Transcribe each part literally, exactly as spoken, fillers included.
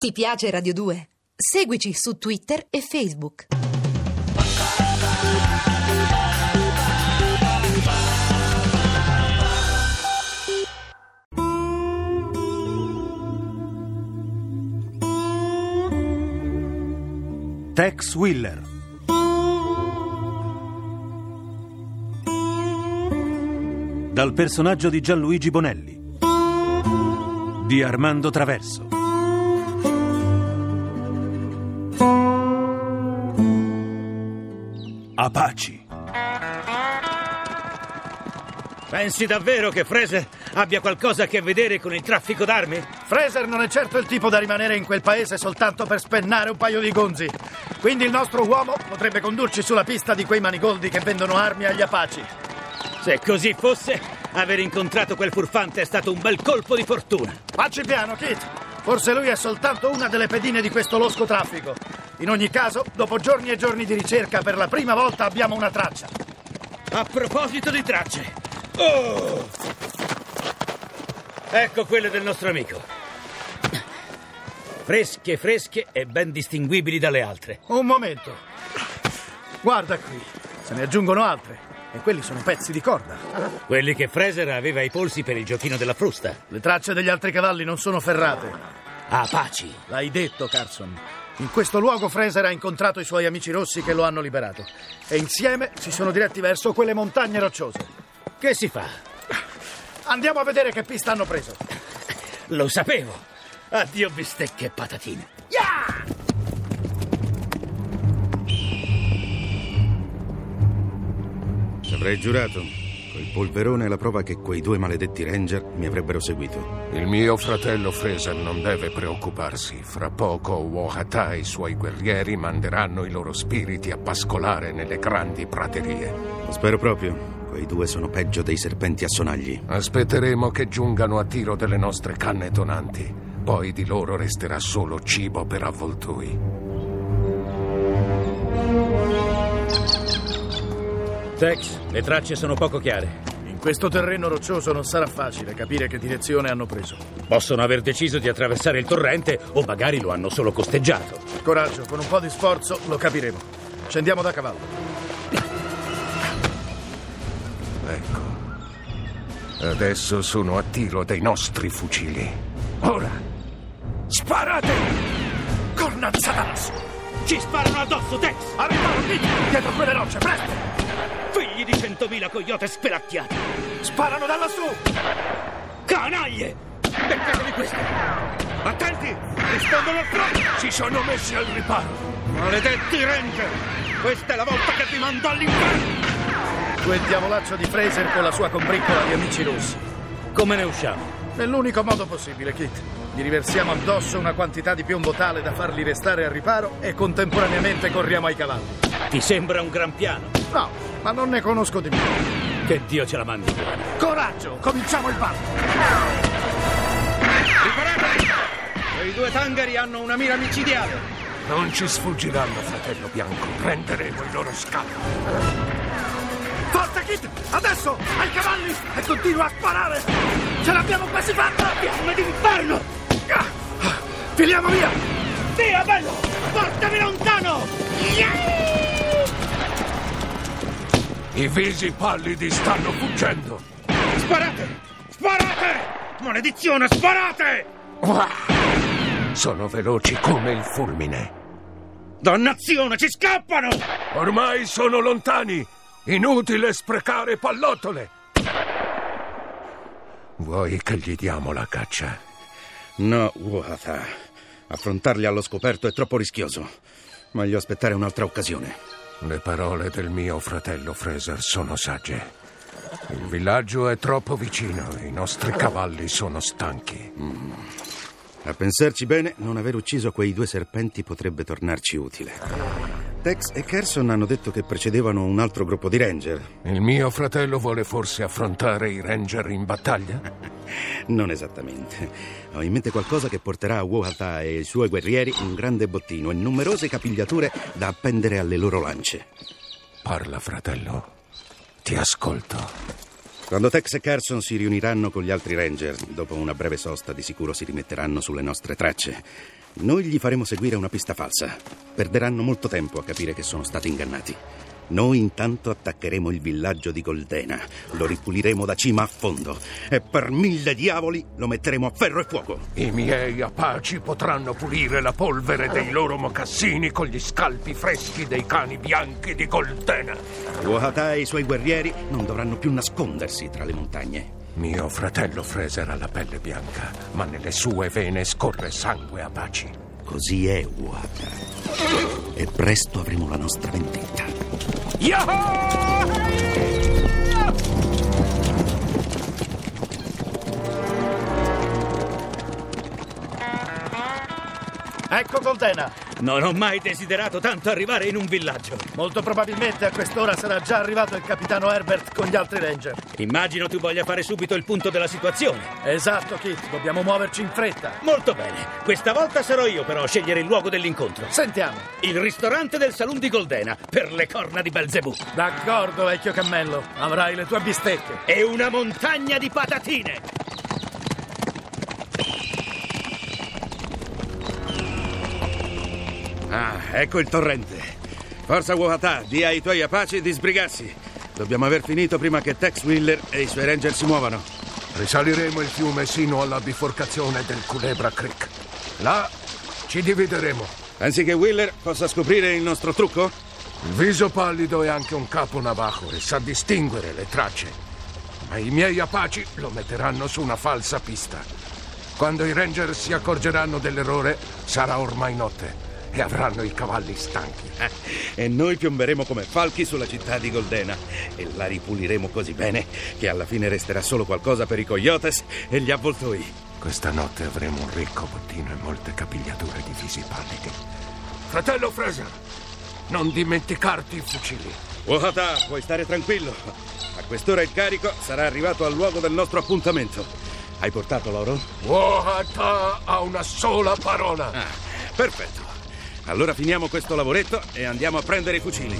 Ti piace Radio due? Seguici su Twitter e Facebook. Tex Willer. Dal personaggio di Gianluigi Bonelli, di Armando Traverso. Apache. Pensi davvero che Fraser abbia qualcosa a che vedere con il traffico d'armi? Fraser non è certo il tipo da rimanere in quel paese soltanto per spennare un paio di gonzi. Quindi il nostro uomo potrebbe condurci sulla pista di quei manigoldi che vendono armi agli Apache. Se così fosse, aver incontrato quel furfante è stato un bel colpo di fortuna. Facci piano, Kit. Forse lui è soltanto una delle pedine di questo losco traffico. In ogni caso, dopo giorni e giorni di ricerca, per la prima volta abbiamo una traccia. A proposito di tracce. Oh! Ecco quelle del nostro amico. Fresche, fresche e ben distinguibili dalle altre. Un momento. Guarda qui. Se ne aggiungono altre. E quelli sono pezzi di corda. Quelli che Fraser aveva ai polsi per il giochino della frusta. Le tracce degli altri cavalli non sono ferrate. Apache. L'hai detto, Carson. In questo luogo Fraser ha incontrato i suoi amici rossi che lo hanno liberato. E insieme si sono diretti verso quelle montagne rocciose. Che si fa? Andiamo a vedere che pista hanno preso. Lo sapevo. Addio bistecche e patatine. Yeah! Avrei giurato, col polverone è la prova che quei due maledetti ranger mi avrebbero seguito. Il mio fratello Fraser non deve preoccuparsi. Fra poco Wohatha e i suoi guerrieri manderanno i loro spiriti a pascolare nelle grandi praterie. Lo spero proprio. Quei due sono peggio dei serpenti a sonagli. Aspetteremo che giungano a tiro delle nostre canne tonanti. Poi di loro resterà solo cibo per avvoltoi. Tex, le tracce sono poco chiare. In questo terreno roccioso non sarà facile capire che direzione hanno preso. Possono aver deciso di attraversare il torrente o magari lo hanno solo costeggiato. Coraggio, con un po' di sforzo lo capiremo. Scendiamo da cavallo. Ecco. Adesso sono a tiro dei nostri fucili. Ora, sparate! Cornazzata lassù! Ci sparano addosso, Tex! Arrivano, Kit! Dietro quelle rocce, presto! Figli di centomila coyote spelacchiati! Sparano da lassù! Canaglie! Beccatevi questi! Attenti! Rispondono al fronte! Si sono messi al riparo! Maledetti ranger! Questa è la volta che vi mando all'inferno! Quel diavolaccio di Fraser con la sua combriccola di amici rossi. Come ne usciamo? Nell'unico modo possibile, Kit. Gli riversiamo addosso una quantità di piombo tale da farli restare al riparo e contemporaneamente corriamo ai cavalli. Ti sembra un gran piano? No, ma non ne conosco di più. Che Dio ce la mandi buona. Coraggio, cominciamo il ballo. Preparatevi! Quei due tangheri hanno una mira micidiale. Non ci sfuggiranno, fratello bianco. Prenderemo i loro scappi. Forza, Kit! Adesso! Ai cavalli! E continua a sparare! Ce l'abbiamo quasi fatta! Fiamme d'inferno! Ah, filiamo via! Via, bello! Portami lontano! Yeah! I visi pallidi stanno fuggendo. Sparate! Sparate! Maledizione, sparate! Sono veloci come il fulmine. Dannazione, ci scappano! Ormai sono lontani. Inutile sprecare pallottole. Vuoi che gli diamo la caccia? No, Wohatha. Affrontarli allo scoperto è troppo rischioso. Meglio aspettare un'altra occasione. Le parole del mio fratello Fraser sono sagge. Il villaggio è troppo vicino. I nostri cavalli sono stanchi. Mm. A pensarci bene, non aver ucciso quei due serpenti potrebbe tornarci utile. Tex e Carson hanno detto che precedevano un altro gruppo di ranger. Il mio fratello vuole forse affrontare i ranger in battaglia? Non esattamente. Ho in mente qualcosa che porterà a Wohatha e ai suoi guerrieri un grande bottino e numerose capigliature da appendere alle loro lance. Parla, fratello. Ti ascolto. Quando Tex e Carson si riuniranno con gli altri Ranger, dopo una breve sosta, di sicuro si rimetteranno sulle nostre tracce. Noi gli faremo seguire una pista falsa. Perderanno molto tempo a capire che sono stati ingannati. Noi intanto attaccheremo il villaggio di Goldena, lo ripuliremo da cima a fondo e per mille diavoli lo metteremo a ferro e fuoco. I miei Apache potranno pulire la polvere dei loro mocassini con gli scalpi freschi dei cani bianchi di Goldena. Wohatah e i suoi guerrieri non dovranno più nascondersi tra le montagne. Mio fratello Fraser ha la pelle bianca, ma nelle sue vene scorre sangue Apache. Così è, Wohatah. E presto avremo la nostra vendetta. Yahoo! Ecco Goldena. Non ho mai desiderato tanto arrivare in un villaggio. Molto probabilmente a quest'ora sarà già arrivato il capitano Herbert con gli altri Ranger. Immagino tu voglia fare subito il punto della situazione. Esatto, Kit. Dobbiamo muoverci in fretta. Molto bene. Questa volta sarò io però a scegliere il luogo dell'incontro. Sentiamo. Il ristorante del Saloon di Goldena, per le corna di Belzebù. D'accordo, vecchio cammello. Avrai le tue bistecche. E una montagna di patatine. Ah, ecco il torrente. Forza Wohatah, di ai tuoi Apache di sbrigarsi. Dobbiamo aver finito prima che Tex Willer e i suoi Ranger si muovano. Risaliremo il fiume sino alla biforcazione del Culebra Creek. Là ci divideremo. Pensi che Willer possa scoprire il nostro trucco? Il viso pallido è anche un capo navajo e sa distinguere le tracce. Ma i miei Apache lo metteranno su una falsa pista. Quando i Ranger si accorgeranno dell'errore, sarà ormai notte. E avranno i cavalli stanchi. E noi piomberemo come falchi sulla città di Goldena e la ripuliremo così bene che alla fine resterà solo qualcosa per i coyotes e gli avvoltoi. Questa notte avremo un ricco bottino e molte capigliature di visi pallidi. Fratello Fraser, non dimenticarti i fucili. Wohatah, puoi stare tranquillo. A quest'ora il carico sarà arrivato al luogo del nostro appuntamento. Hai portato l'oro? Wohatah ha una sola parola. Ah, perfetto. Allora finiamo questo lavoretto e andiamo a prendere i fucili.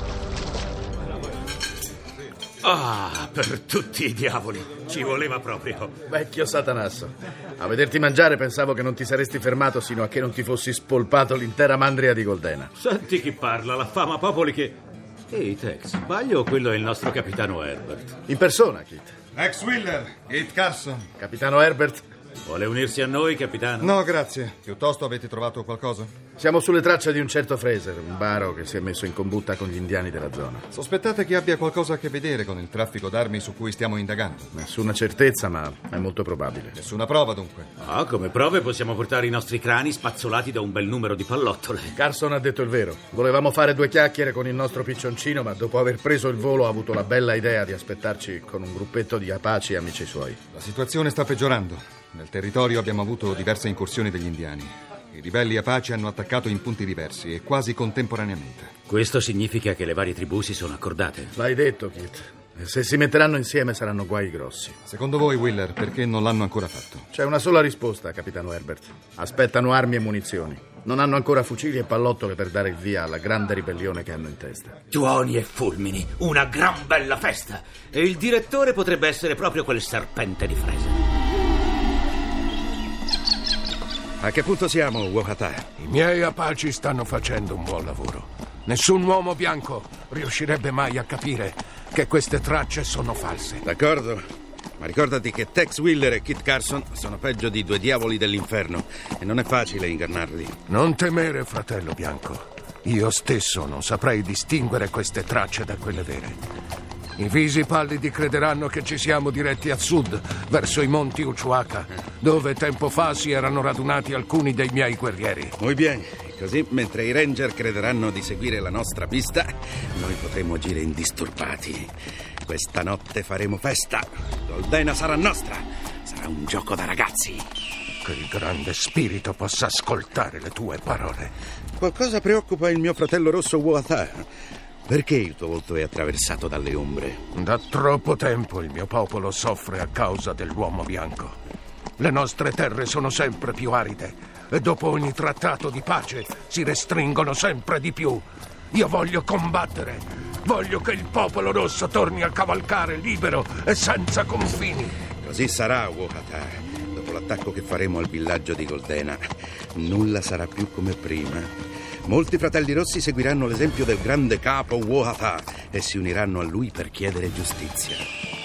Ah, per tutti i diavoli. Ci voleva proprio. Vecchio satanasso. A vederti mangiare pensavo che non ti saresti fermato sino a che non ti fossi spolpato l'intera mandria di Goldena. Senti chi parla, la fama popoli che... Ehi, Tex, sbaglio o quello è il nostro capitano Herbert? In persona, Kit. Ex Willer, Kit Carson. Capitano Herbert. Vuole unirsi a noi, capitano? No, grazie. Piuttosto avete trovato qualcosa? Siamo sulle tracce di un certo Fraser, un baro che si è messo in combutta con gli indiani della zona. Sospettate che abbia qualcosa a che vedere con il traffico d'armi su cui stiamo indagando? Nessuna certezza, ma è molto probabile. Nessuna prova, dunque? Ah, come prove possiamo portare i nostri crani spazzolati da un bel numero di pallottole. Carson ha detto il vero. Volevamo fare due chiacchiere con il nostro piccioncino, ma dopo aver preso il volo ha avuto la bella idea di aspettarci con un gruppetto di Apache amici suoi. La situazione sta peggiorando. Nel territorio abbiamo avuto diverse incursioni degli indiani. I ribelli Apache hanno attaccato in punti diversi e quasi contemporaneamente. Questo significa che le varie tribù si sono accordate. L'hai detto, Kit. Se si metteranno insieme saranno guai grossi. Secondo voi, Willer, perché non l'hanno ancora fatto? C'è una sola risposta, capitano Herbert. Aspettano armi e munizioni. Non hanno ancora fucili e pallottole per dare il via alla grande ribellione che hanno in testa. Tuoni e fulmini, una gran bella festa. E il direttore potrebbe essere proprio quel serpente di Fraser. A che punto siamo, Wohatah? I miei Apache stanno facendo un buon lavoro. Nessun uomo bianco riuscirebbe mai a capire che queste tracce sono false. D'accordo, ma ricordati che Tex Willer e Kit Carson sono peggio di due diavoli dell'inferno e non è facile ingannarli. Non temere, fratello bianco. Io stesso non saprei distinguere queste tracce da quelle vere. I visi pallidi crederanno che ci siamo diretti a sud, verso i monti Uchuaca, dove tempo fa si erano radunati alcuni dei miei guerrieri. Muy bien, così mentre i Ranger crederanno di seguire la nostra pista, noi potremo agire indisturbati. Questa notte faremo festa. Goldena sarà nostra. Sarà un gioco da ragazzi. Che il grande spirito possa ascoltare le tue parole. Qualcosa preoccupa il mio fratello rosso Wohatah. Perché il tuo volto è attraversato dalle ombre? Da troppo tempo il mio popolo soffre a causa dell'uomo bianco. Le nostre terre sono sempre più aride e dopo ogni trattato di pace si restringono sempre di più. Io voglio combattere, Voglio che il popolo rosso torni a cavalcare libero e senza confini. Così sarà, Wohatar. Dopo l'attacco che faremo al villaggio di Goldena, nulla sarà più come prima. Molti fratelli rossi seguiranno l'esempio del grande capo Wohatar e si uniranno a lui per chiedere giustizia.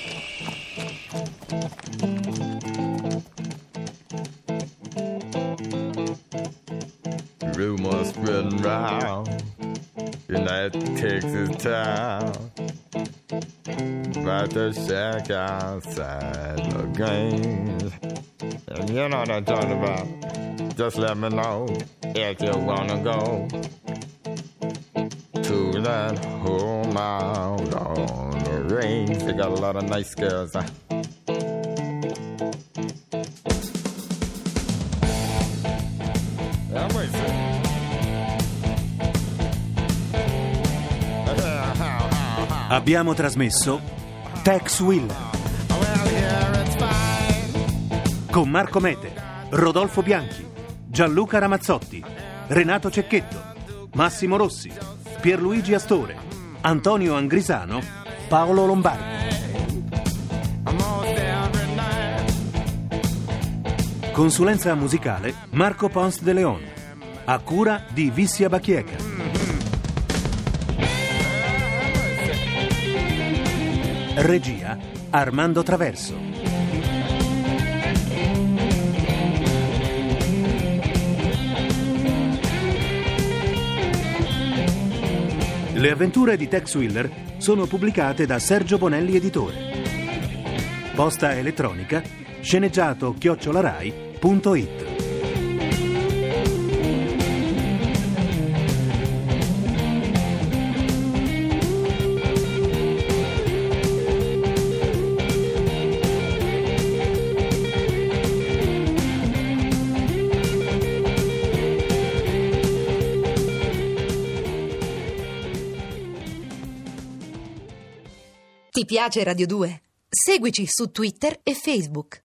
Rumors spreading round in that Texas town about the shack outside the games. And you know what I'm talking about. Just let me know if you wanna go to that home out on the range. They got a lot of nice girls, huh? Yeah, wait a second. Abbiamo trasmesso Tex Willer con Marco Mete, Rodolfo Bianchi, Gianluca Ramazzotti, Renato Cecchetto, Massimo Rossi, Pierluigi Astore, Antonio Angrisano, Paolo Lombardi. Consulenza musicale Marco Pons de Leon, a cura di Vissia Bachieca. Regia Armando Traverso. Le avventure di Tex Willer sono pubblicate da Sergio Bonelli Editore. Posta elettronica sceneggiato chiocciolarai punto it. Ti piace Radio due? Seguici su Twitter e Facebook.